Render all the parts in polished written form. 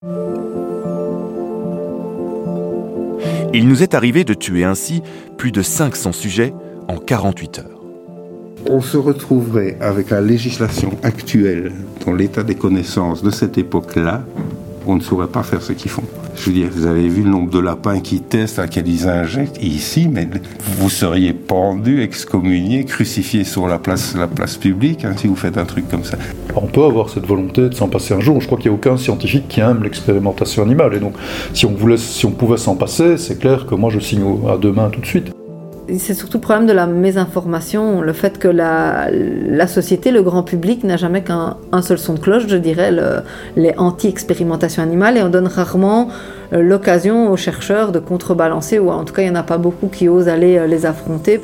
Il nous est arrivé de tuer ainsi plus de 500 sujets en 48 heures. On se retrouverait avec la législation actuelle dans l'état des connaissances de cette époque-là, on ne saurait pas faire ce qu'ils font. Je veux dire, vous avez vu le nombre de lapins qui testent, à quels ils injectent ici, mais vous seriez pendu, excommunié, crucifié sur la place publique si vous faites un truc comme ça. On peut avoir cette volonté de s'en passer un jour. Je crois qu'il n'y a aucun scientifique qui aime l'expérimentation animale. Et donc, si on pouvait s'en passer, c'est clair que moi je signe à deux mains tout de suite. C'est surtout le problème de la mésinformation, le fait que la société, le grand public n'a jamais qu'un seul son de cloche, je dirais, les anti-expérimentations animales, et on donne rarement l'occasion aux chercheurs de contrebalancer, ou en tout cas il n'y en a pas beaucoup qui osent aller les affronter.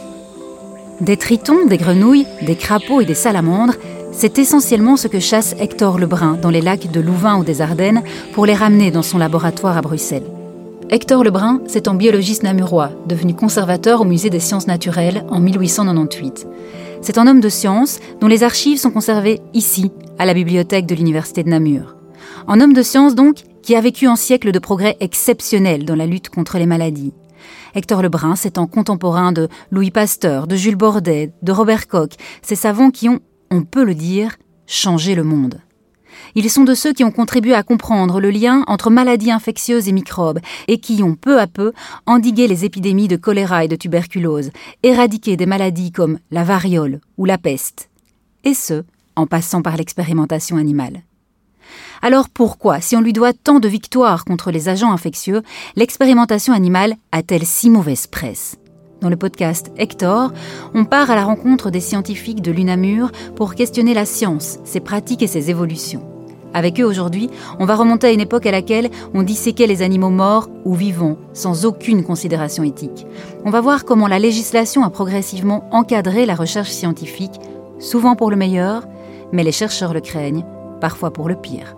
Des tritons, des grenouilles, des crapauds et des salamandres, c'est essentiellement ce que chasse Hector Lebrun dans les lacs de Louvain ou des Ardennes pour les ramener dans son laboratoire à Bruxelles. Hector Lebrun, c'est un biologiste namurois, devenu conservateur au Musée des sciences naturelles en 1898. C'est un homme de science dont les archives sont conservées ici, à la bibliothèque de l'Université de Namur. Un homme de science donc, qui a vécu un siècle de progrès exceptionnel dans la lutte contre les maladies. Hector Lebrun, c'est un contemporain de Louis Pasteur, de Jules Bordet, de Robert Koch, ces savants qui ont, on peut le dire, changé le monde. Ils sont de ceux qui ont contribué à comprendre le lien entre maladies infectieuses et microbes et qui ont peu à peu endigué les épidémies de choléra et de tuberculose, éradiqué des maladies comme la variole ou la peste. Et ce, en passant par l'expérimentation animale. Alors pourquoi, si on lui doit tant de victoires contre les agents infectieux, l'expérimentation animale a-t-elle si mauvaise presse ? Dans le podcast Hector, on part à la rencontre des scientifiques de l'UNAMUR pour questionner la science, ses pratiques et ses évolutions. Avec eux aujourd'hui, on va remonter à une époque à laquelle on disséquait les animaux morts ou vivants, sans aucune considération éthique. On va voir comment la législation a progressivement encadré la recherche scientifique, souvent pour le meilleur, mais les chercheurs le craignent, parfois pour le pire.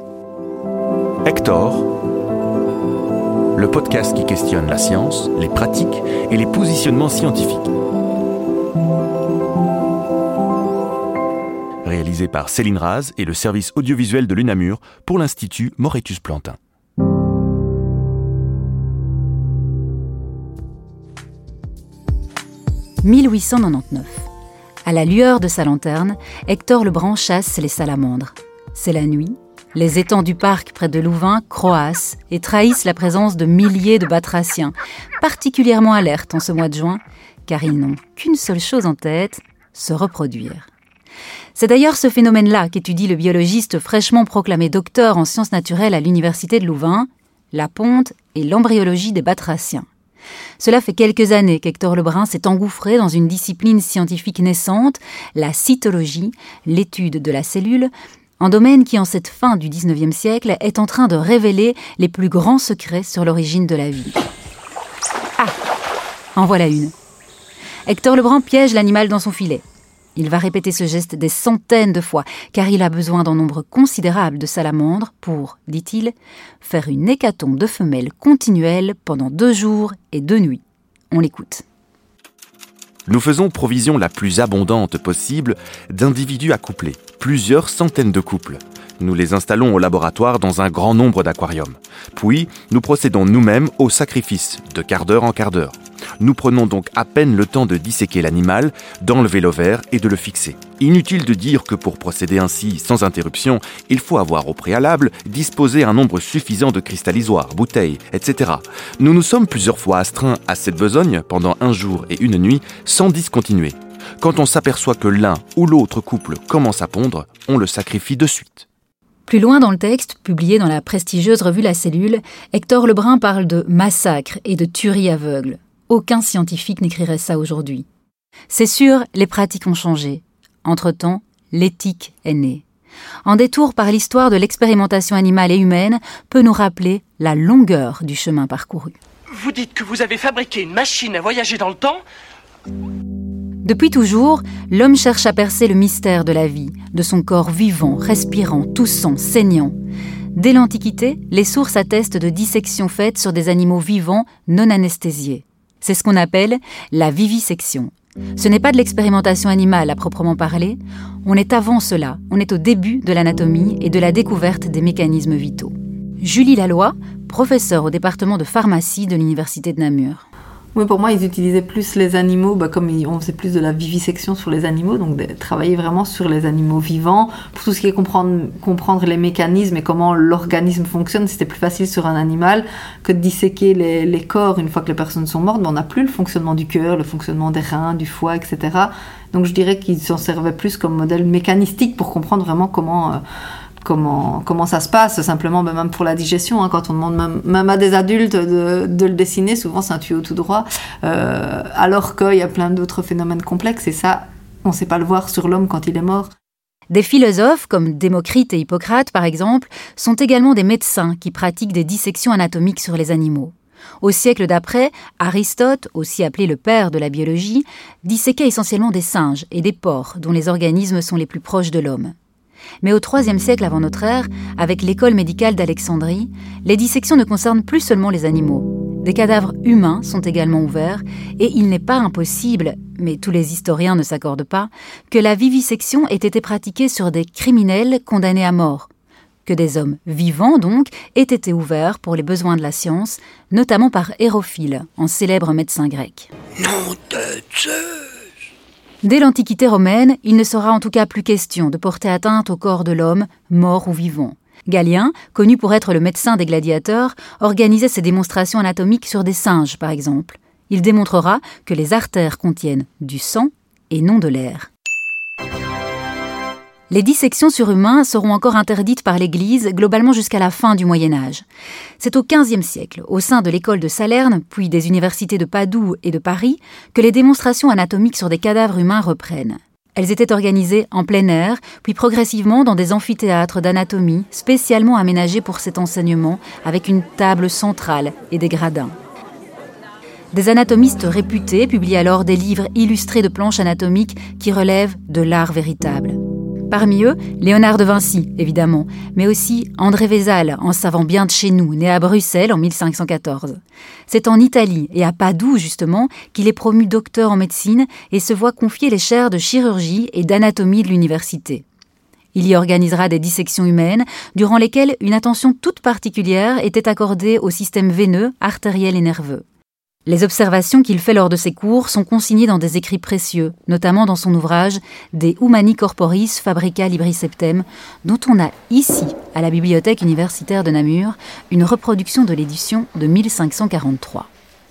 Hector, le podcast qui questionne la science, les pratiques et les positionnements scientifiques. Réalisé par Céline Raz et le service audiovisuel de l'UNAMUR pour l'Institut Moretus-Plantin. « 1899. À la lueur de sa lanterne, Hector Lebrun chasse les salamandres. C'est la nuit. Les étangs du parc près de Louvain croassent et trahissent la présence de milliers de batraciens, particulièrement alertes en ce mois de juin, car ils n'ont qu'une seule chose en tête, se reproduire. C'est d'ailleurs ce phénomène-là qu'étudie le biologiste fraîchement proclamé docteur en sciences naturelles à l'université de Louvain, la ponte et l'embryologie des batraciens. Cela fait quelques années qu'Hector Lebrun s'est engouffré dans une discipline scientifique naissante, la cytologie, l'étude de la cellule, un domaine qui, en cette fin du XIXe siècle, est en train de révéler les plus grands secrets sur l'origine de la vie. Ah, en voilà une. Hector Lebrun piège l'animal dans son filet. Il va répéter ce geste des centaines de fois, car il a besoin d'un nombre considérable de salamandres pour, dit-il, faire une hécatombe de femelles continuelle pendant 2 jours et 2 nuits. On l'écoute. Nous faisons provision la plus abondante possible d'individus accouplés, plusieurs centaines de couples. Nous les installons au laboratoire dans un grand nombre d'aquariums. Puis, nous procédons nous-mêmes au sacrifice, de quart d'heure en quart d'heure. Nous prenons donc à peine le temps de disséquer l'animal, d'enlever l'ovaire et de le fixer. Inutile de dire que pour procéder ainsi sans interruption, il faut avoir au préalable disposé un nombre suffisant de cristallisoires, bouteilles, etc. Nous nous sommes plusieurs fois astreints à cette besogne pendant 1 jour et 1 nuit sans discontinuer. Quand on s'aperçoit que l'un ou l'autre couple commence à pondre, on le sacrifie de suite. Plus loin dans le texte, publié dans la prestigieuse revue La Cellule, Hector Lebrun parle de massacre et de tuerie aveugle. Aucun scientifique n'écrirait ça aujourd'hui. C'est sûr, les pratiques ont changé. Entre-temps, l'éthique est née. Un détour par l'histoire de l'expérimentation animale et humaine peut nous rappeler la longueur du chemin parcouru. Vous dites que vous avez fabriqué une machine à voyager dans le temps ? Depuis toujours, l'homme cherche à percer le mystère de la vie, de son corps vivant, respirant, toussant, saignant. Dès l'Antiquité, les sources attestent de dissections faites sur des animaux vivants non anesthésiés. C'est ce qu'on appelle la vivisection. Ce n'est pas de l'expérimentation animale à proprement parler, on est avant cela, on est au début de l'anatomie et de la découverte des mécanismes vitaux. Julie Laloy, professeure au département de pharmacie de l'Université de Namur. Oui, pour moi, ils utilisaient plus les animaux, comme on faisait plus de la vivisection sur les animaux, donc de travailler vraiment sur les animaux vivants. Pour tout ce qui est comprendre les mécanismes et comment l'organisme fonctionne, c'était plus facile sur un animal que de disséquer les corps une fois que les personnes sont mortes. Mais on n'a plus le fonctionnement du cœur, le fonctionnement des reins, du foie, etc. Donc je dirais qu'ils s'en servaient plus comme modèle mécanistique pour comprendre vraiment comment ça se passe, simplement même pour la digestion, quand on demande même à des adultes de le dessiner, souvent c'est un tuyau tout droit, alors qu'il y a plein d'autres phénomènes complexes, et ça, on ne sait pas le voir sur l'homme quand il est mort. Des philosophes, comme Démocrite et Hippocrate par exemple, sont également des médecins qui pratiquent des dissections anatomiques sur les animaux. Au siècle d'après, Aristote, aussi appelé le père de la biologie, disséquait essentiellement des singes et des porcs, dont les organismes sont les plus proches de l'homme. Mais au IIIe siècle avant notre ère, avec l'école médicale d'Alexandrie, les dissections ne concernent plus seulement les animaux. Des cadavres humains sont également ouverts, et il n'est pas impossible, mais tous les historiens ne s'accordent pas, que la vivisection ait été pratiquée sur des criminels condamnés à mort, que des hommes vivants donc aient été ouverts pour les besoins de la science, notamment par Hérophile, un célèbre médecin grec. Nom de Zeus! Dès l'Antiquité romaine, il ne sera en tout cas plus question de porter atteinte au corps de l'homme, mort ou vivant. Galien, connu pour être le médecin des gladiateurs, organisait ses démonstrations anatomiques sur des singes, par exemple. Il démontrera que les artères contiennent du sang et non de l'air. Les dissections sur humains seront encore interdites par l'Église globalement jusqu'à la fin du Moyen-Âge. C'est au XVe siècle, au sein de l'école de Salerne, puis des universités de Padoue et de Paris, que les démonstrations anatomiques sur des cadavres humains reprennent. Elles étaient organisées en plein air, puis progressivement dans des amphithéâtres d'anatomie spécialement aménagés pour cet enseignement, avec une table centrale et des gradins. Des anatomistes réputés publient alors des livres illustrés de planches anatomiques qui relèvent de l'art véritable. Parmi eux, Léonard de Vinci, évidemment, mais aussi André Vézal, un savant bien de chez nous, né à Bruxelles en 1514. C'est en Italie, et à Padoue justement, qu'il est promu docteur en médecine et se voit confier les chaires de chirurgie et d'anatomie de l'université. Il y organisera des dissections humaines, durant lesquelles une attention toute particulière était accordée au système veineux, artériel et nerveux. Les observations qu'il fait lors de ses cours sont consignées dans des écrits précieux, notamment dans son ouvrage « De Humani Corporis Fabrica Libri Septem », dont on a ici, à la Bibliothèque universitaire de Namur, une reproduction de l'édition de 1543.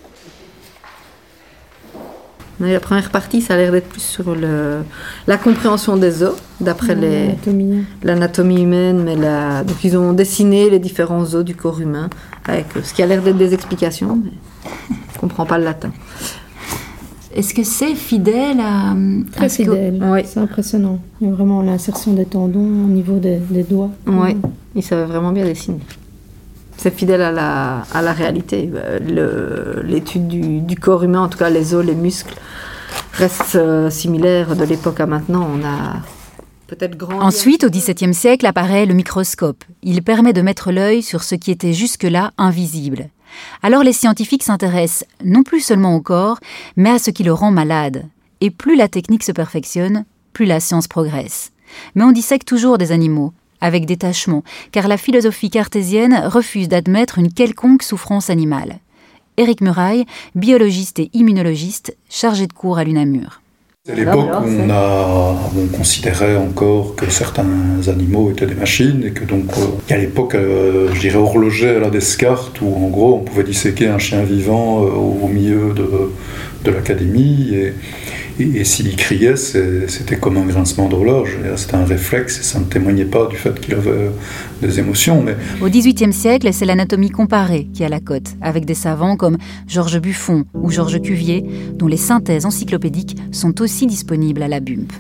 La première partie, ça a l'air d'être plus sur la compréhension des os, d'après l'anatomie humaine, mais donc ils ont dessiné les différents os du corps humain, avec ce qui a l'air d'être des explications, mais je ne comprends pas le latin. Est-ce que c'est fidèle à... Très fidèle, oui. C'est impressionnant. Il y a vraiment l'insertion des tendons au niveau des doigts. Oui, ils savaient vraiment bien dessiner. C'est fidèle à la réalité. L'étude du corps humain, en tout cas les os, les muscles, restent similaires de l'époque à maintenant. On a peut-être grandi. Ensuite, au XVIIe siècle, apparaît le microscope. Il permet de mettre l'œil sur ce qui était jusque-là invisible. Alors les scientifiques s'intéressent non plus seulement au corps, mais à ce qui le rend malade. Et plus la technique se perfectionne, plus la science progresse. Mais on dissèque toujours des animaux, avec détachement, car la philosophie cartésienne refuse d'admettre une quelconque souffrance animale. Éric Muraille, biologiste et immunologiste, chargé de cours à l'UNAMUR. C'est l'époque où on considérait encore que certains animaux étaient des machines et que donc à l'époque, je dirais horloger à la Descartes, où en gros on pouvait disséquer un chien vivant au milieu de l'académie et s'il criait, c'était comme un grincement d'horloge. C'était un réflexe et ça ne témoignait pas du fait qu'il avait des émotions. Mais... Au XVIIIe siècle, c'est l'anatomie comparée qui a la cote, avec des savants comme Georges Buffon ou Georges Cuvier, dont les synthèses encyclopédiques sont aussi disponibles à la BUMP.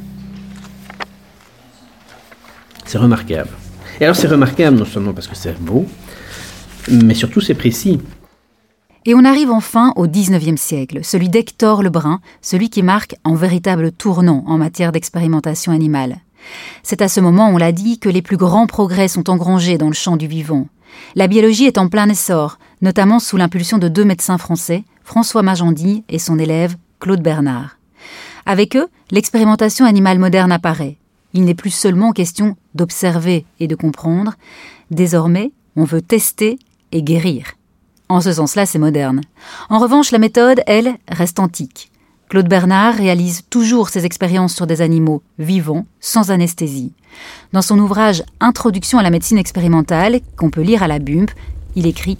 C'est remarquable. Et alors c'est remarquable non seulement parce que c'est beau, mais surtout c'est précis. Et on arrive enfin au XIXe siècle, celui d'Hector Lebrun, celui qui marque un véritable tournant en matière d'expérimentation animale. C'est à ce moment, on l'a dit, que les plus grands progrès sont engrangés dans le champ du vivant. La biologie est en plein essor, notamment sous l'impulsion de 2 médecins français, François Magendie et son élève Claude Bernard. Avec eux, l'expérimentation animale moderne apparaît. Il n'est plus seulement question d'observer et de comprendre. Désormais, On veut tester et guérir. En ce sens-là, c'est moderne. En revanche, la méthode, elle, reste antique. Claude Bernard réalise toujours ses expériences sur des animaux vivants, sans anesthésie. Dans son ouvrage « Introduction à la médecine expérimentale », qu'on peut lire à la BUMP, il écrit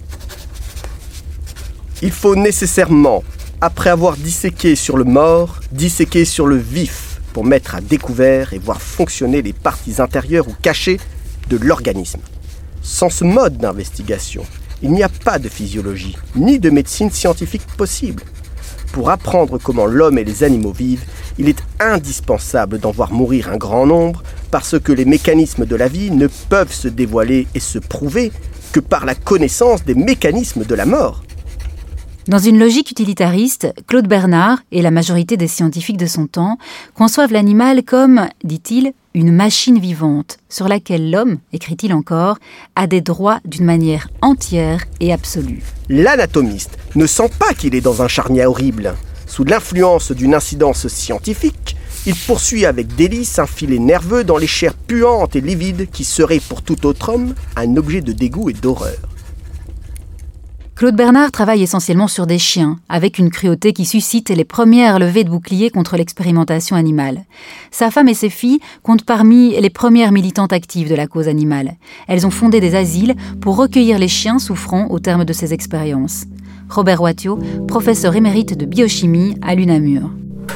« Il faut nécessairement, après avoir disséqué sur le mort, disséquer sur le vif pour mettre à découvert et voir fonctionner les parties intérieures ou cachées de l'organisme. Sans ce mode d'investigation, il n'y a pas de physiologie, ni de médecine scientifique possible. Pour apprendre comment l'homme et les animaux vivent, il est indispensable d'en voir mourir un grand nombre parce que les mécanismes de la vie ne peuvent se dévoiler et se prouver que par la connaissance des mécanismes de la mort. » Dans une logique utilitariste, Claude Bernard et la majorité des scientifiques de son temps conçoivent l'animal comme, dit-il, une machine vivante sur laquelle l'homme, écrit-il encore, a des droits d'une manière entière et absolue. L'anatomiste ne sent pas qu'il est dans un charnier horrible. Sous l'influence d'une incidence scientifique, il poursuit avec délice un filet nerveux dans les chairs puantes et livides qui seraient pour tout autre homme un objet de dégoût et d'horreur. Claude Bernard travaille essentiellement sur des chiens, avec une cruauté qui suscite les premières levées de boucliers contre l'expérimentation animale. Sa femme et ses filles comptent parmi les premières militantes actives de la cause animale. Elles ont fondé des asiles pour recueillir les chiens souffrant au terme de ces expériences. Robert Wattiau, professeur émérite de biochimie à l'UNAMUR.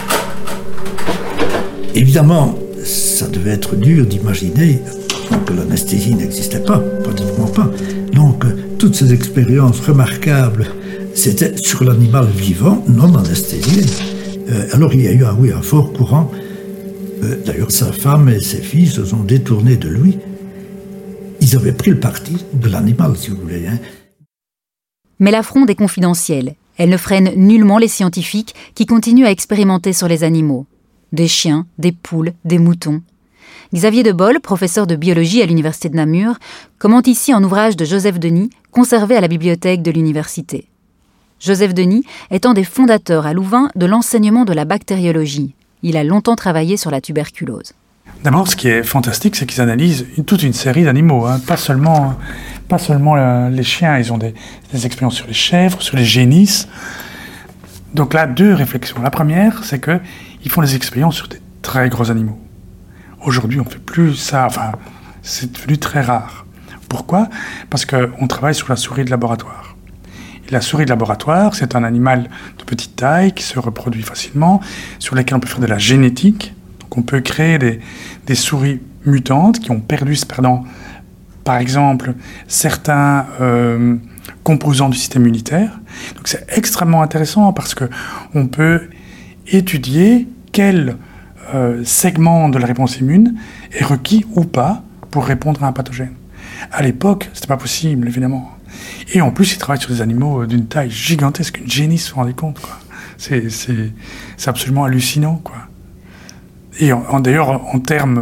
Évidemment, ça devait être dur d'imaginer que l'anesthésie n'existait pas, pratiquement pas. Donc, toutes ces expériences remarquables, c'était sur l'animal vivant, non anesthésié. Alors, il y a eu un fort courant. D'ailleurs, sa femme et ses filles se sont détournées de lui. Ils avaient pris le parti de l'animal, si vous voulez. Mais la fronde est confidentielle. Elle ne freine nullement les scientifiques qui continuent à expérimenter sur les animaux. Des chiens, des poules, des moutons. Xavier Debol, professeur de biologie à l'université de Namur, commente ici un ouvrage de Joseph Denis, conservé à la bibliothèque de l'université. Joseph Denis est un des fondateurs à Louvain de l'enseignement de la bactériologie. Il a longtemps travaillé sur la tuberculose. D'abord, ce qui est fantastique, c'est qu'ils analysent toute une série d'animaux, pas seulement les chiens. Ils ont des expériences sur les chèvres, sur les génisses. Donc là, deux réflexions. La première, c'est qu'ils font des expériences sur des très gros animaux. Aujourd'hui, on ne fait plus ça, c'est devenu très rare. Pourquoi ? Parce qu'on travaille sur la souris de laboratoire. Et la souris de laboratoire, c'est un animal de petite taille qui se reproduit facilement, sur lequel on peut faire de la génétique. Donc on peut créer des souris mutantes qui ont perdu, par exemple, certains composants du système immunitaire. Donc c'est extrêmement intéressant parce qu'on peut étudier quel segment de la réponse immune est requis ou pas pour répondre à un pathogène. À l'époque, c'était pas possible, évidemment. Et en plus, ils travaillent sur des animaux d'une taille gigantesque, une génisse, vous vous rendez compte, quoi. C'est absolument hallucinant, quoi. Et d'ailleurs, en termes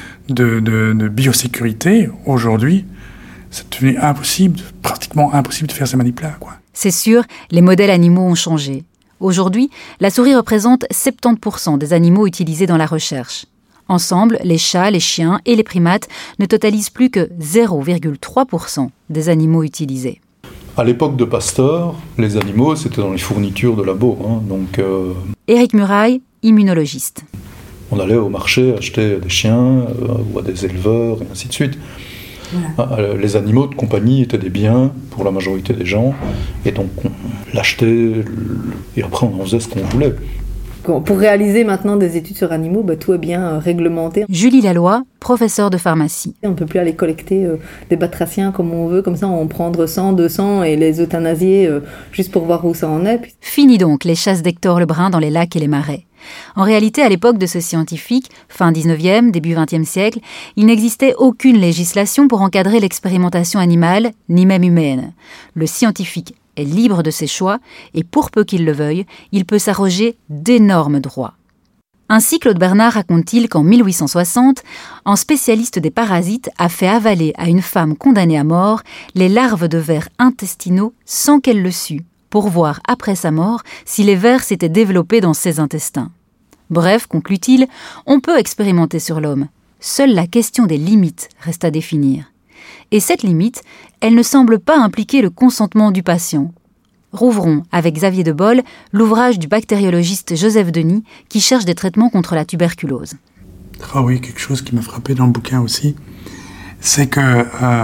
de biosécurité, aujourd'hui, c'est devenu pratiquement impossible de faire ces manips-là, quoi. C'est sûr, les modèles animaux ont changé. Aujourd'hui, la souris représente 70% des animaux utilisés dans la recherche. Ensemble, les chats, les chiens et les primates ne totalisent plus que 0,3% des animaux utilisés. À l'époque de Pasteur, les animaux, c'était dans les fournitures de labo. Éric Muraille, immunologiste. On allait au marché acheter des chiens ou à des éleveurs, et ainsi de suite. Voilà. Les animaux de compagnie étaient des biens pour la majorité des gens, et donc on l'achetait, et après on en faisait ce qu'on voulait. Pour réaliser maintenant des études sur animaux, tout est bien réglementé. Julie Laloy, professeure de pharmacie. On ne peut plus aller collecter des batraciens comme on veut, comme ça en prendre 100, 200 et les euthanasier juste pour voir où ça en est. Fini donc les chasses d'Hector Lebrun dans les lacs et les marais. En réalité, à l'époque de ce scientifique, fin 19e, début 20e siècle, il n'existait aucune législation pour encadrer l'expérimentation animale, ni même humaine. Le scientifique est libre de ses choix et pour peu qu'il le veuille, il peut s'arroger d'énormes droits. Ainsi, Claude Bernard raconte-t-il qu'en 1860, un spécialiste des parasites a fait avaler à une femme condamnée à mort les larves de vers intestinaux sans qu'elle le sût, pour voir après sa mort si les vers s'étaient développés dans ses intestins. Bref, conclut-il, on peut expérimenter sur l'homme. Seule la question des limites reste à définir. Et cette limite, elle ne semble pas impliquer le consentement du patient. Rouvrons, avec Xavier Debol, l'ouvrage du bactériologiste Joseph Denis qui cherche des traitements contre la tuberculose. Ah oui, quelque chose qui m'a frappé dans le bouquin aussi, c'est que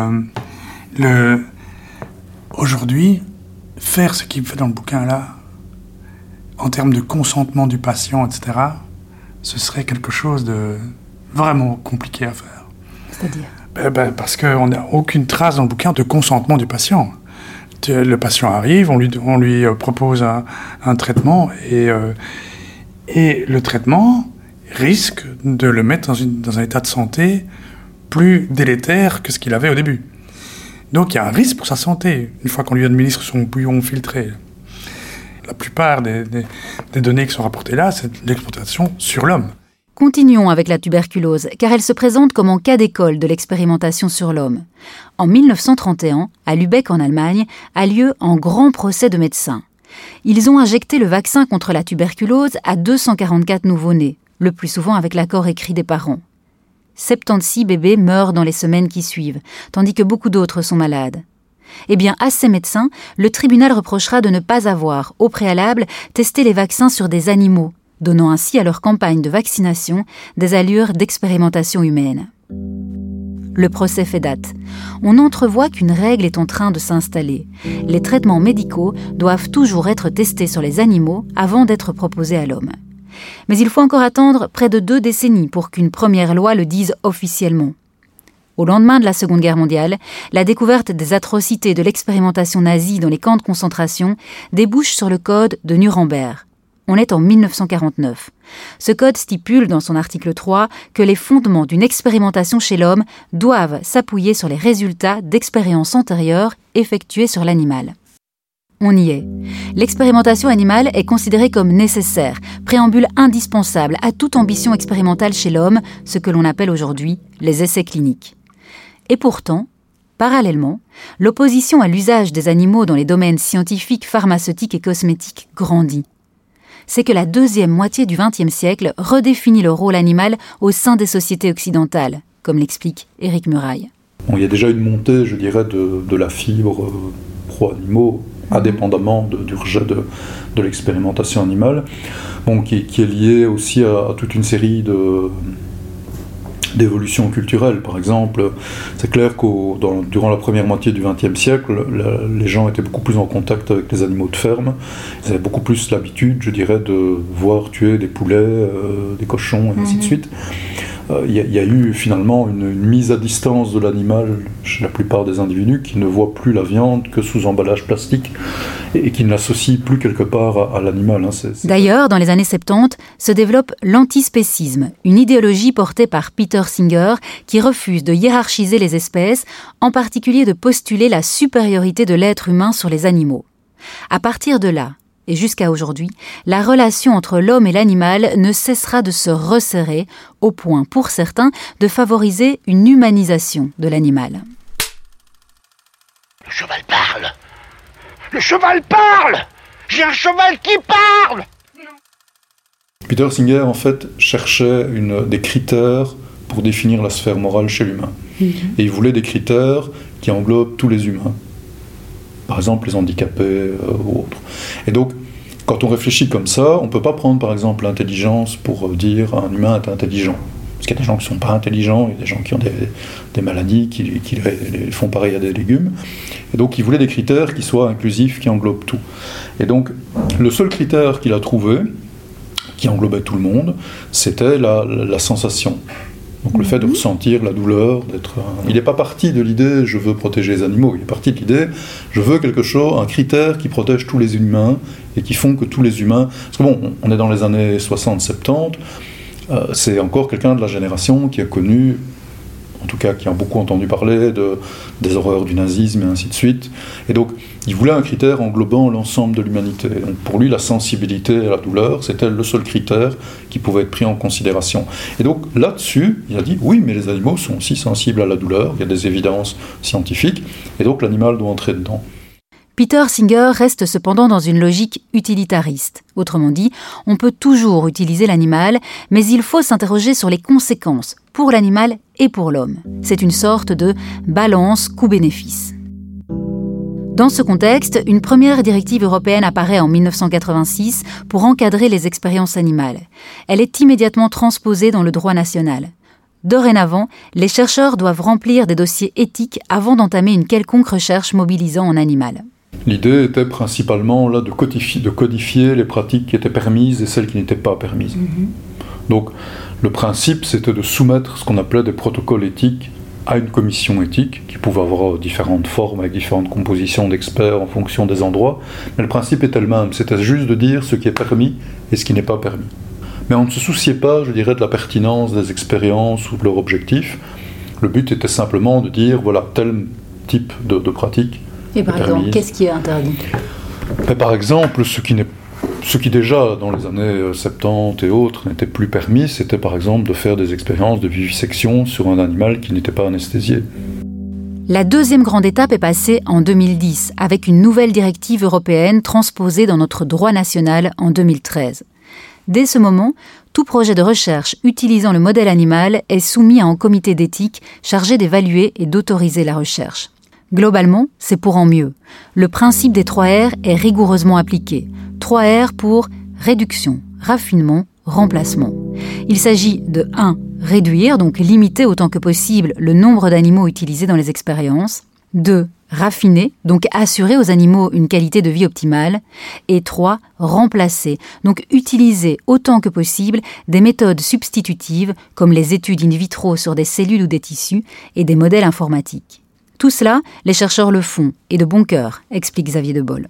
aujourd'hui, faire ce qu'il fait dans le bouquin là, en termes de consentement du patient, etc., ce serait quelque chose de vraiment compliqué à faire. C'est-à-dire parce qu'on n'a aucune trace dans le bouquin de consentement du patient. Le patient arrive, on lui propose un traitement et le traitement risque de le mettre dans un état de santé plus délétère que ce qu'il avait au début. Donc il y a un risque pour sa santé, une fois qu'on lui administre son bouillon filtré. La plupart des données qui sont rapportées là, c'est l'expérimentation sur l'homme. Continuons avec la tuberculose, car elle se présente comme en cas d'école de l'expérimentation sur l'homme. En 1931, à Lübeck en Allemagne, a lieu un grand procès de médecins. Ils ont injecté le vaccin contre la tuberculose à 244 nouveau-nés, le plus souvent avec l'accord écrit des parents. 76 bébés meurent dans les semaines qui suivent, tandis que beaucoup d'autres sont malades. Eh bien, à ces médecins, le tribunal reprochera de ne pas avoir, au préalable, testé les vaccins sur des animaux, donnant ainsi à leur campagne de vaccination des allures d'expérimentation humaine. Le procès fait date. On entrevoit qu'une règle est en train de s'installer. Les traitements médicaux doivent toujours être testés sur les animaux avant d'être proposés à l'homme. Mais il faut encore attendre près de 2 décennies pour qu'une première loi le dise officiellement. Au lendemain de la Seconde Guerre mondiale, la découverte des atrocités de l'expérimentation nazie dans les camps de concentration débouche sur le Code de Nuremberg. On est en 1949. Ce code stipule dans son article 3 que les fondements d'une expérimentation chez l'homme doivent s'appuyer sur les résultats d'expériences antérieures effectuées sur l'animal. On y est. L'expérimentation animale est considérée comme nécessaire, préambule indispensable à toute ambition expérimentale chez l'homme, ce que l'on appelle aujourd'hui les essais cliniques. Et pourtant, parallèlement, l'opposition à l'usage des animaux dans les domaines scientifiques, pharmaceutiques et cosmétiques grandit. C'est que la deuxième moitié du XXe siècle redéfinit le rôle animal au sein des sociétés occidentales, comme l'explique Éric Muraille. Bon, il y a déjà une montée, je dirais, de la fibre pro-animaux, indépendamment du rejet de l'expérimentation animale, bon, qui est liée aussi à toute une série d'évolutions culturelles. Par exemple, c'est clair que durant la première moitié du XXe siècle, les gens étaient beaucoup plus en contact avec les animaux de ferme. Ils avaient beaucoup plus l'habitude, je dirais, de voir tuer des poulets, des cochons, et ainsi de suite. Il y a eu finalement une mise à distance de l'animal chez la plupart des individus qui ne voient plus la viande que sous emballage plastique et qui ne l'associent plus quelque part à l'animal. D'ailleurs, dans les années 70, se développe l'antispécisme, une idéologie portée par Peter Singer qui refuse de hiérarchiser les espèces, en particulier de postuler la supériorité de l'être humain sur les animaux. À partir de là, et jusqu'à aujourd'hui, la relation entre l'homme et l'animal ne cessera de se resserrer, au point, pour certains, de favoriser une humanisation de l'animal. Le cheval parle! Le cheval parle! J'ai un cheval qui parle! Peter Singer, en fait, cherchait des critères pour définir la sphère morale chez l'humain. Et il voulait des critères qui englobent tous les humains. Par exemple les handicapés ou autres. Et donc, quand on réfléchit comme ça, on ne peut pas prendre par exemple l'intelligence pour dire un humain est intelligent. Parce qu'il y a des gens qui ne sont pas intelligents, il y a des gens qui ont des maladies qui les font pareil à des légumes. Et donc il voulait des critères qui soient inclusifs, qui englobent tout. Et donc le seul critère qu'il a trouvé, qui englobait tout le monde, c'était la sensation. Donc le fait de ressentir la douleur, il n'est pas parti de l'idée « je veux protéger les animaux », il est parti de l'idée « je veux quelque chose, un critère qui protège tous les humains et qui font que tous les humains... » Parce que bon, on est dans les années 60-70, c'est encore quelqu'un de la génération qui a connu, en tout cas qui a beaucoup entendu parler des horreurs du nazisme et ainsi de suite. Et donc, il voulait un critère englobant l'ensemble de l'humanité. Donc, pour lui, la sensibilité à la douleur, c'était le seul critère qui pouvait être pris en considération. Et donc, là-dessus, il a dit, oui, mais les animaux sont aussi sensibles à la douleur, il y a des évidences scientifiques, et donc l'animal doit entrer dedans. Peter Singer reste cependant dans une logique utilitariste. Autrement dit, on peut toujours utiliser l'animal, mais il faut s'interroger sur les conséquences pour l'animal et pour l'homme. C'est une sorte de balance coût-bénéfice. Dans ce contexte, une première directive européenne apparaît en 1986 pour encadrer les expériences animales. Elle est immédiatement transposée dans le droit national. Dorénavant, les chercheurs doivent remplir des dossiers éthiques avant d'entamer une quelconque recherche mobilisant en animal. L'idée était principalement là, de codifier les pratiques qui étaient permises et celles qui n'étaient pas permises. Donc le principe, c'était de soumettre ce qu'on appelait des protocoles éthiques à une commission éthique, qui pouvait avoir différentes formes, avec différentes compositions d'experts en fonction des endroits. Mais le principe était le même, c'était juste de dire ce qui est permis et ce qui n'est pas permis. Mais on ne se souciait pas, je dirais, de la pertinence des expériences ou de leur objectif. Le but était simplement de dire, voilà, tel type de pratique. Et par exemple, qu'est-ce qui est interdit ? Mais par exemple, ce qui déjà, dans les années 70 et autres, n'était plus permis, c'était par exemple de faire des expériences de vivisection sur un animal qui n'était pas anesthésié. La deuxième grande étape est passée en 2010, avec une nouvelle directive européenne transposée dans notre droit national en 2013. Dès ce moment, tout projet de recherche utilisant le modèle animal est soumis à un comité d'éthique chargé d'évaluer et d'autoriser la recherche. Globalement, c'est pour en mieux. Le principe des 3 R est rigoureusement appliqué. 3 R pour réduction, raffinement, remplacement. Il s'agit de 1. Réduire, donc limiter autant que possible le nombre d'animaux utilisés dans les expériences. 2. Raffiner, donc assurer aux animaux une qualité de vie optimale. Et 3. Remplacer, donc utiliser autant que possible des méthodes substitutives comme les études in vitro sur des cellules ou des tissus et des modèles informatiques. Tout cela, les chercheurs le font, et de bon cœur, explique Xavier Debol.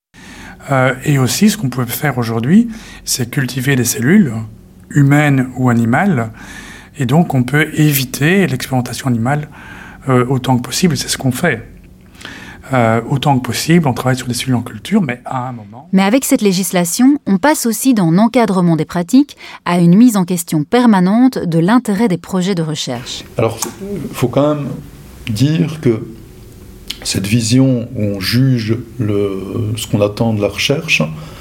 Et aussi, ce qu'on peut faire aujourd'hui, c'est cultiver des cellules, humaines ou animales, et donc on peut éviter l'expérimentation animale autant que possible, c'est ce qu'on fait. Autant que possible, on travaille sur des cellules en culture, mais à un moment... Mais avec cette législation, on passe aussi dans l'encadrement des pratiques à une mise en question permanente de l'intérêt des projets de recherche. Alors, il faut quand même dire que cette vision où on juge ce qu'on attend de la recherche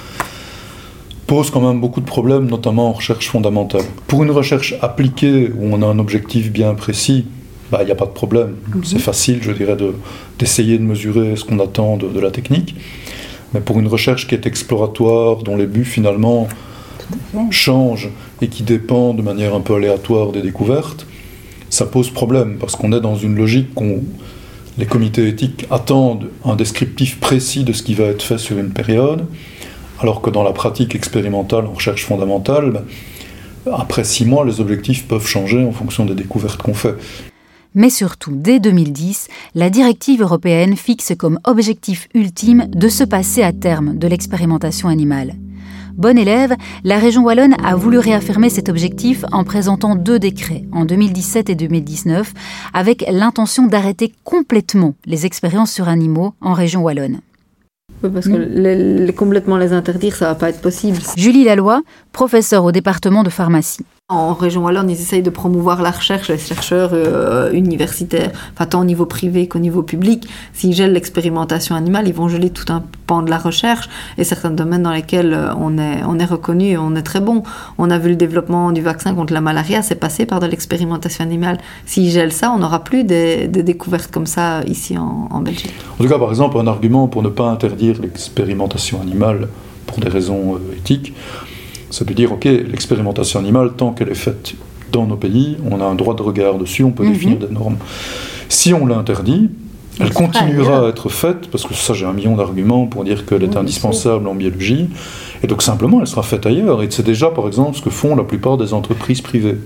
pose quand même beaucoup de problèmes, notamment en recherche fondamentale. Pour une recherche appliquée, où on a un objectif bien précis, il n'y a pas de problème. C'est facile, je dirais, d'essayer de mesurer ce qu'on attend de la technique. Mais pour une recherche qui est exploratoire, dont les buts finalement changent et qui dépend de manière un peu aléatoire des découvertes, ça pose problème, parce qu'on est dans une logique les comités éthiques attendent un descriptif précis de ce qui va être fait sur une période, alors que dans la pratique expérimentale en recherche fondamentale, après 6 mois, les objectifs peuvent changer en fonction des découvertes qu'on fait. Mais surtout, dès 2010, la directive européenne fixe comme objectif ultime de se passer à terme de l'expérimentation animale. Bonne élève, la région wallonne a voulu réaffirmer cet objectif en présentant 2 décrets, en 2017 et 2019, avec l'intention d'arrêter complètement les expériences sur animaux en région wallonne. Oui, parce que complètement les interdire, ça ne va pas être possible. Julie Laloy, professeure au département de pharmacie. En région wallonne, ils essayent de promouvoir la recherche, les chercheurs universitaires, tant au niveau privé qu'au niveau public. S'ils gèlent l'expérimentation animale, ils vont geler tout un pan de la recherche et certains domaines dans lesquels on est reconnu et on est très bon. On a vu le développement du vaccin contre la malaria, c'est passé par de l'expérimentation animale. S'ils gèlent ça, on n'aura plus des découvertes comme ça ici en Belgique. En tout cas, par exemple, un argument pour ne pas interdire l'expérimentation animale pour des raisons éthiques, c'est de dire, ok, l'expérimentation animale, tant qu'elle est faite dans nos pays, on a un droit de regard dessus, on peut définir des normes. Si on l'interdit, elle continuera à être faite, parce que ça, j'ai 1 million d'arguments pour dire qu'elle est indispensable en biologie, et donc simplement, elle sera faite ailleurs. Et c'est déjà, par exemple, ce que font la plupart des entreprises privées.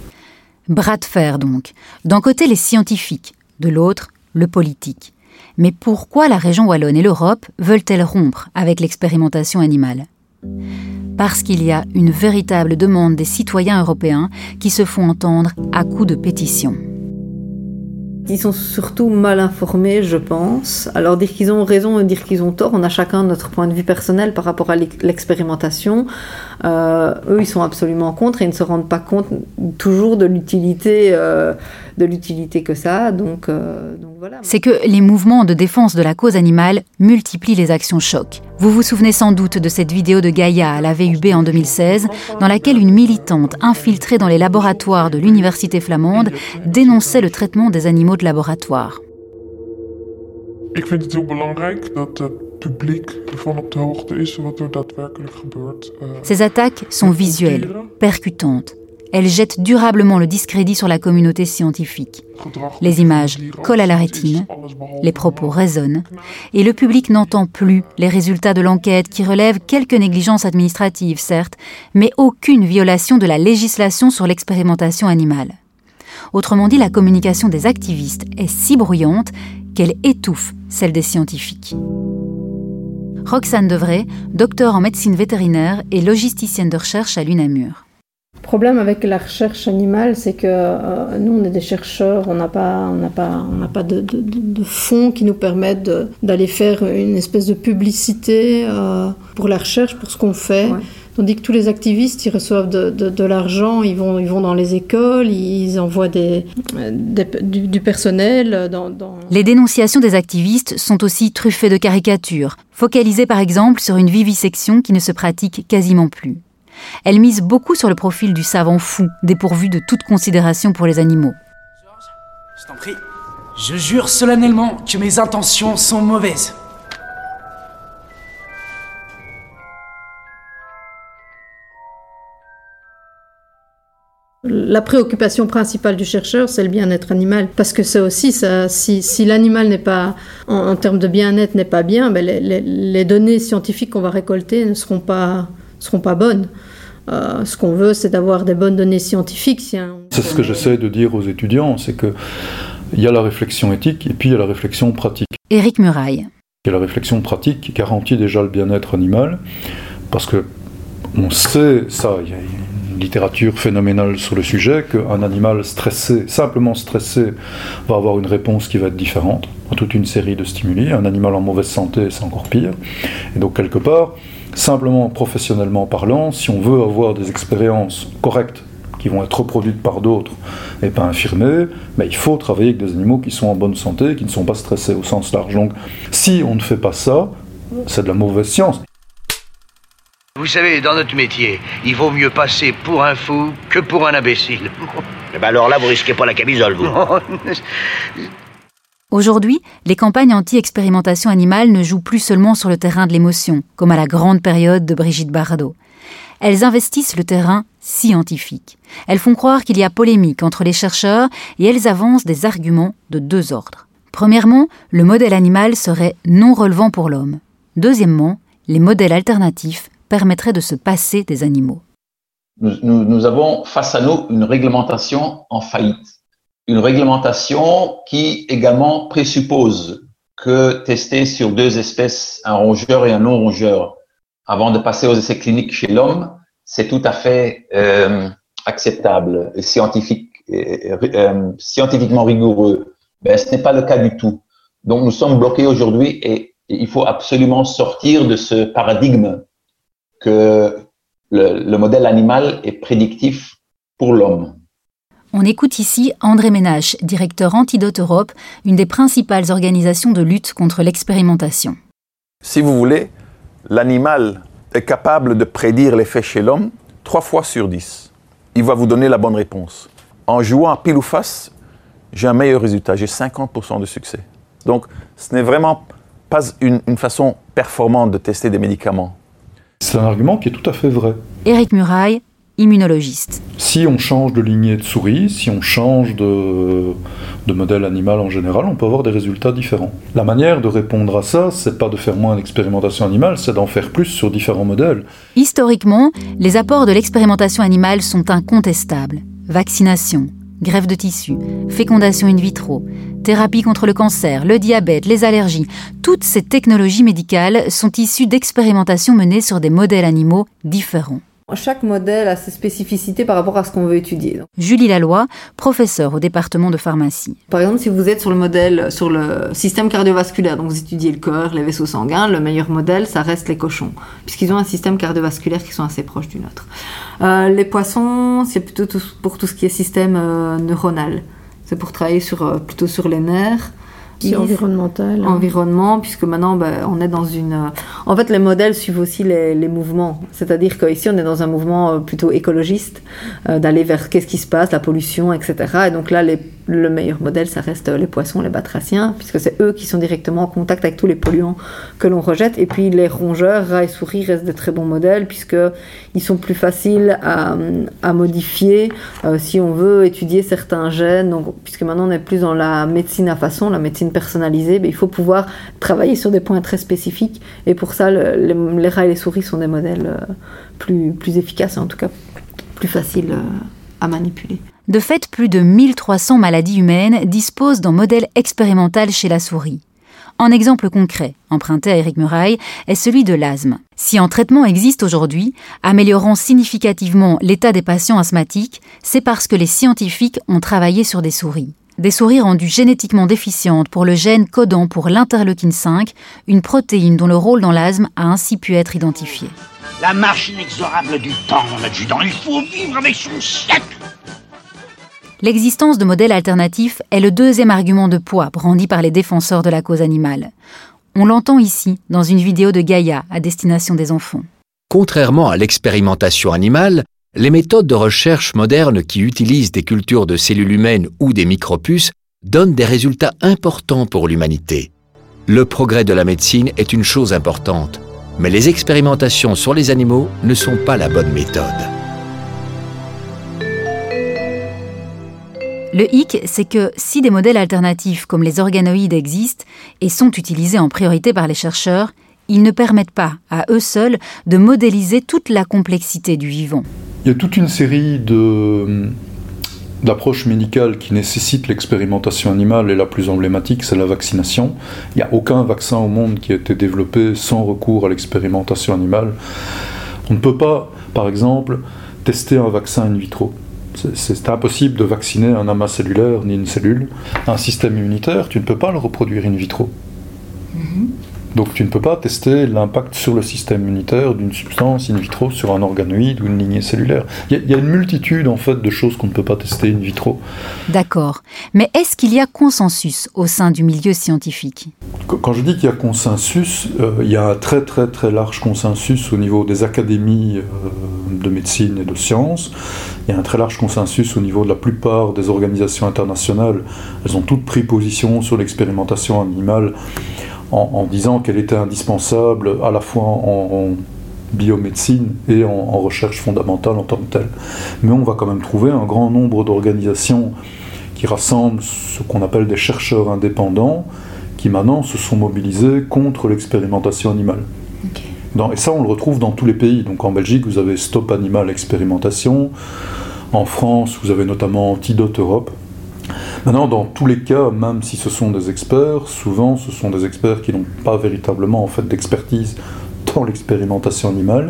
Bras de fer, donc. D'un côté, les scientifiques, de l'autre, le politique. Mais pourquoi la région wallonne et l'Europe veulent-elles rompre avec l'expérimentation animale ? Parce qu'il y a une véritable demande des citoyens européens qui se font entendre à coups de pétitions. Ils sont surtout mal informés, je pense. Alors dire qu'ils ont raison et dire qu'ils ont tort, on a chacun notre point de vue personnel par rapport à l'expérimentation. Eux, ils sont absolument contre et ils ne se rendent pas compte toujours de l'utilité que ça a. Donc voilà. c'est que les mouvements de défense de la cause animale multiplient les actions choc. Vous vous souvenez sans doute de cette vidéo de Gaïa à la VUB en 2016, dans laquelle une militante infiltrée dans les laboratoires de l'université flamande dénonçait le traitement des animaux de laboratoire. Ik vind het heel belangrijk dat het publiek ervan op de hoogte is wat er daadwerkelijk gebeurt. Ces attaques sont visuelles, percutantes. Elles jettent durablement le discrédit sur la communauté scientifique. Les images collent à la rétine, les propos résonnent, et le public n'entend plus les résultats de l'enquête qui relèvent quelques négligences administratives, certes, mais aucune violation de la législation sur l'expérimentation animale. Autrement dit, la communication des activistes est si bruyante qu'elle étouffe celle des scientifiques. Roxane Devray, docteur en médecine vétérinaire et logisticienne de recherche à l'UNAMUR. Le problème avec la recherche animale, c'est que nous, on est des chercheurs, on n'a pas de fonds qui nous permettent d'aller faire une espèce de publicité pour la recherche, pour ce qu'on fait. Ouais. Tandis que tous les activistes, ils reçoivent de l'argent, ils vont dans les écoles, ils envoient du personnel. Les dénonciations des activistes sont aussi truffées de caricatures, focalisées par exemple sur une vivisection qui ne se pratique quasiment plus. Elles misent beaucoup sur le profil du savant fou, dépourvu de toute considération pour les animaux. Je t'en prie, je jure solennellement que mes intentions sont mauvaises. La préoccupation principale du chercheur, c'est le bien-être animal. Parce que ça aussi, si l'animal n'est pas, en termes de bien-être, n'est pas bien, ben les données scientifiques qu'on va récolter ne seront pas bonnes. Ce qu'on veut, c'est d'avoir des bonnes données scientifiques. C'est ce que j'essaie de dire aux étudiants, c'est qu'il y a la réflexion éthique et puis il y a la réflexion pratique. Éric Muraille. Il y a la réflexion pratique qui garantit déjà le bien-être animal, parce qu'on sait ça, il y a une littérature phénoménale sur le sujet, qu'un animal stressé, simplement stressé, va avoir une réponse qui va être différente à toute une série de stimuli. Un animal en mauvaise santé, c'est encore pire. Et donc quelque part, simplement professionnellement parlant, si on veut avoir des expériences correctes qui vont être reproduites par d'autres et pas infirmées, ben il faut travailler avec des animaux qui sont en bonne santé, qui ne sont pas stressés au sens large. Donc si on ne fait pas ça, c'est de la mauvaise science. Vous savez, dans notre métier, il vaut mieux passer pour un fou que pour un imbécile. Eh ben alors là, vous risquez pas la camisole, vous. Aujourd'hui, les campagnes anti-expérimentation animale ne jouent plus seulement sur le terrain de l'émotion, comme à la grande période de Brigitte Bardot. Elles investissent le terrain scientifique. Elles font croire qu'il y a polémique entre les chercheurs et elles avancent des arguments de deux ordres. Premièrement, le modèle animal serait non relevant pour l'homme. Deuxièmement, les modèles alternatifs permettraient de se passer des animaux. Nous avons face à nous une réglementation en faillite. Une réglementation qui également présuppose que tester sur deux espèces, un rongeur et un non-rongeur, avant de passer aux essais cliniques chez l'homme, c'est tout à fait acceptable et scientifiquement rigoureux. Ben, ce n'est pas le cas du tout. Donc nous sommes bloqués aujourd'hui et il faut absolument sortir de ce paradigme que le modèle animal est prédictif pour l'homme. On écoute ici André Ménache, directeur Antidote Europe, une des principales organisations de lutte contre l'expérimentation. Si vous voulez, l'animal est capable de prédire l'effet chez l'homme 3 fois sur 10. Il va vous donner la bonne réponse. En jouant à pile ou face, j'ai un meilleur résultat, j'ai 50% de succès. Donc, ce n'est vraiment pas une façon performante de tester des médicaments. C'est un argument qui est tout à fait vrai. Éric Muraille, immunologiste. Si on change de lignée de souris, si on change de modèle animal en général, on peut avoir des résultats différents. La manière de répondre à ça, c'est pas de faire moins d'expérimentation animale, c'est d'en faire plus sur différents modèles. Historiquement, les apports de l'expérimentation animale sont incontestables. Vaccination, greffe de tissu, fécondation in vitro, thérapie contre le cancer, le diabète, les allergies, toutes ces technologies médicales sont issues d'expérimentations menées sur des modèles animaux différents. Chaque modèle a ses spécificités par rapport à ce qu'on veut étudier. Julie Laloy, professeure au département de pharmacie. Par exemple, si vous êtes sur le système cardiovasculaire, donc vous étudiez le cœur, les vaisseaux sanguins, le meilleur modèle, ça reste les cochons, puisqu'ils ont un système cardiovasculaire qui sont assez proches du nôtre. Les poissons, c'est plutôt pour tout ce qui est système neuronal. C'est pour travailler plutôt sur les nerfs. C'est environnemental. Environnement, puisque maintenant on est dans une... En fait, les modèles suivent aussi les mouvements. C'est-à-dire qu'ici, on est dans un mouvement plutôt écologiste, d'aller vers qu'est-ce qui se passe, la pollution, etc. Et donc là, le meilleur modèle, ça reste les poissons, les batraciens, puisque c'est eux qui sont directement en contact avec tous les polluants que l'on rejette. Et puis les rongeurs, rats et souris restent de très bons modèles, puisqu'ils sont plus faciles à modifier si on veut étudier certains gènes. Donc, puisque maintenant, on est plus dans la médecine à façon, la médecine personnalisée, il faut pouvoir travailler sur des points très spécifiques. Et pour ça, les rats et les souris sont des modèles plus efficaces, et en tout cas plus faciles à manipuler. De fait, plus de 1300 maladies humaines disposent d'un modèle expérimental chez la souris. Un exemple concret, emprunté à Éric Muraille, est celui de l'asthme. Si un traitement existe aujourd'hui, améliorant significativement l'état des patients asthmatiques, c'est parce que les scientifiques ont travaillé sur des souris. Des souris rendues génétiquement déficientes pour le gène codant pour l'interleukine 5, une protéine dont le rôle dans l'asthme a ainsi pu être identifié. La marche inexorable du temps, mon adjudant, il faut vivre avec son siècle. L'existence de modèles alternatifs est le deuxième argument de poids brandi par les défenseurs de la cause animale. On l'entend ici, dans une vidéo de Gaïa à destination des enfants. Contrairement à l'expérimentation animale, les méthodes de recherche modernes qui utilisent des cultures de cellules humaines ou des micropuces donnent des résultats importants pour l'humanité. Le progrès de la médecine est une chose importante, mais les expérimentations sur les animaux ne sont pas la bonne méthode. Le hic, c'est que si des modèles alternatifs comme les organoïdes existent et sont utilisés en priorité par les chercheurs, ils ne permettent pas, à eux seuls, de modéliser toute la complexité du vivant. Il y a toute une série d'approches médicales qui nécessitent l'expérimentation animale, et la plus emblématique, c'est la vaccination. Il n'y a aucun vaccin au monde qui a été développé sans recours à l'expérimentation animale. On ne peut pas, par exemple, tester un vaccin in vitro. C'est impossible de vacciner un amas cellulaire ni une cellule. Un système immunitaire, tu ne peux pas le reproduire in vitro. Donc tu ne peux pas tester l'impact sur le système immunitaire d'une substance in vitro sur un organoïde ou une lignée cellulaire. Il y a une multitude en fait de choses qu'on ne peut pas tester in vitro. D'accord. Mais est-ce qu'il y a consensus au sein du milieu scientifique ? Quand je dis qu'il y a consensus, il y a un très très très large consensus au niveau des académies de médecine et de sciences. Il y a un très large consensus au niveau de la plupart des organisations internationales. Elles ont toutes pris position sur l'expérimentation animale en disant qu'elle était indispensable à la fois en biomédecine et en recherche fondamentale en tant que telle. Mais on va quand même trouver un grand nombre d'organisations qui rassemblent ce qu'on appelle des chercheurs indépendants qui maintenant se sont mobilisés contre l'expérimentation animale. Et ça, on le retrouve dans tous les pays. Donc en Belgique, vous avez Stop Animal Expérimentation. En France, vous avez notamment Antidote Europe. Maintenant, dans tous les cas, même si ce sont des experts, souvent ce sont des experts qui n'ont pas véritablement en fait, d'expertise dans l'expérimentation animale.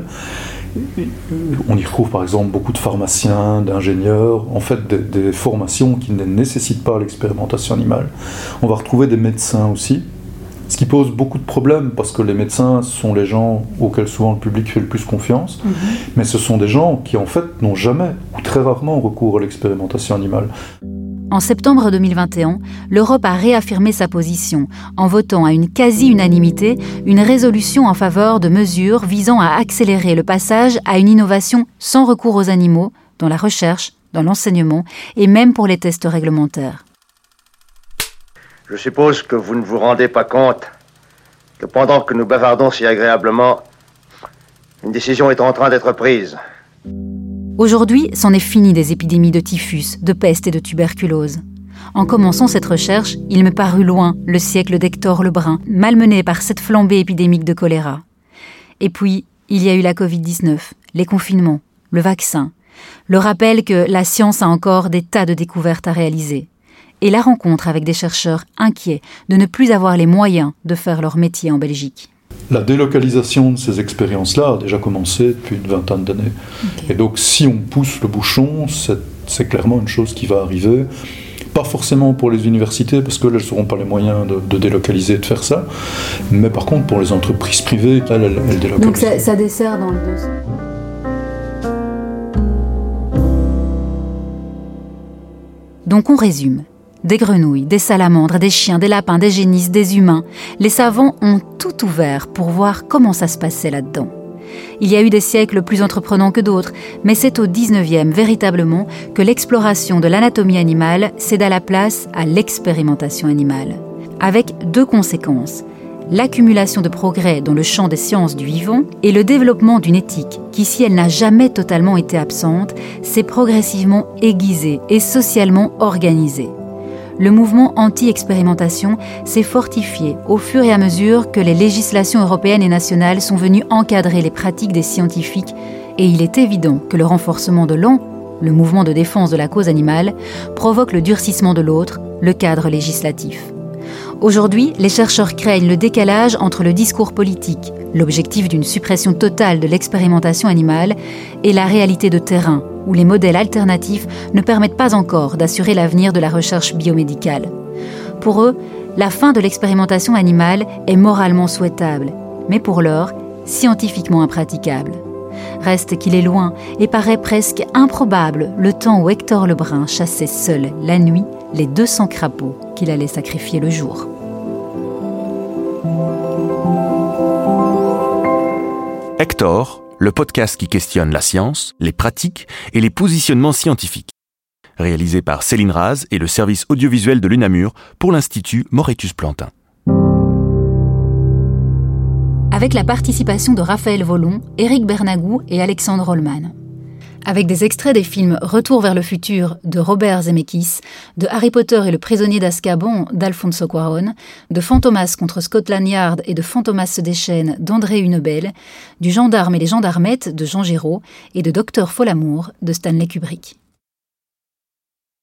On y retrouve par exemple beaucoup de pharmaciens, d'ingénieurs, en fait des formations qui ne nécessitent pas l'expérimentation animale. On va retrouver des médecins aussi, ce qui pose beaucoup de problèmes parce que les médecins sont les gens auxquels souvent le public fait le plus confiance, mais ce sont des gens qui en fait n'ont jamais ou très rarement recours à l'expérimentation animale. En septembre 2021, l'Europe a réaffirmé sa position en votant à une quasi-unanimité une résolution en faveur de mesures visant à accélérer le passage à une innovation sans recours aux animaux, dans la recherche, dans l'enseignement et même pour les tests réglementaires. Je suppose que vous ne vous rendez pas compte que pendant que nous bavardons si agréablement, une décision est en train d'être prise. Aujourd'hui, c'en est fini des épidémies de typhus, de peste et de tuberculose. En commençant cette recherche, il me parut loin le siècle d'Hector Lebrun, malmené par cette flambée épidémique de choléra. Et puis, il y a eu la Covid-19, les confinements, le vaccin, le rappel que la science a encore des tas de découvertes à réaliser, et la rencontre avec des chercheurs inquiets de ne plus avoir les moyens de faire leur métier en Belgique. La délocalisation de ces expériences-là a déjà commencé depuis une vingtaine d'années. Et donc, si on pousse le bouchon, c'est clairement une chose qui va arriver. Pas forcément pour les universités, parce qu'elles n'auront pas les moyens de délocaliser et de faire ça. Mais par contre, pour les entreprises privées, elles délocalisent. Donc ça dessert dans le dos. Donc on résume. Des grenouilles, des salamandres, des chiens, des lapins, des génisses, des humains. Les savants ont tout ouvert pour voir comment ça se passait là-dedans. Il y a eu des siècles plus entreprenants que d'autres, mais c'est au 19e, véritablement, que l'exploration de l'anatomie animale céda la place à l'expérimentation animale. Avec deux conséquences. L'accumulation de progrès dans le champ des sciences du vivant et le développement d'une éthique qui, si elle n'a jamais totalement été absente, s'est progressivement aiguisée et socialement organisée. Le mouvement anti-expérimentation s'est fortifié au fur et à mesure que les législations européennes et nationales sont venues encadrer les pratiques des scientifiques, et il est évident que le renforcement de l'un, le mouvement de défense de la cause animale, provoque le durcissement de l'autre, le cadre législatif. Aujourd'hui, les chercheurs craignent le décalage entre le discours politique, l'objectif d'une suppression totale de l'expérimentation animale, et la réalité de terrain, où les modèles alternatifs ne permettent pas encore d'assurer l'avenir de la recherche biomédicale. Pour eux, la fin de l'expérimentation animale est moralement souhaitable, mais pour l'heure, scientifiquement impraticable. Reste qu'il est loin et paraît presque improbable le temps où Hector Lebrun chassait seul, la nuit, les 200 crapauds qu'il allait sacrifier le jour. Hector, le podcast qui questionne la science, les pratiques et les positionnements scientifiques. Réalisé par Céline Raz et le service audiovisuel de l'UNAMUR pour l'Institut Moretus-Plantin. Avec la participation de Raphaël Volon, Éric Bernagou et Alexandre Rollman. Avec des extraits des films Retour vers le futur de Robert Zemeckis, de Harry Potter et le prisonnier d'Azkaban d'Alfonso Cuarón, de Fantomas contre Scotland Yard et de Fantomas se déchaîne d'André Hunebelle, du Gendarme et les gendarmettes de Jean Giraud et de Docteur Folamour de Stanley Kubrick.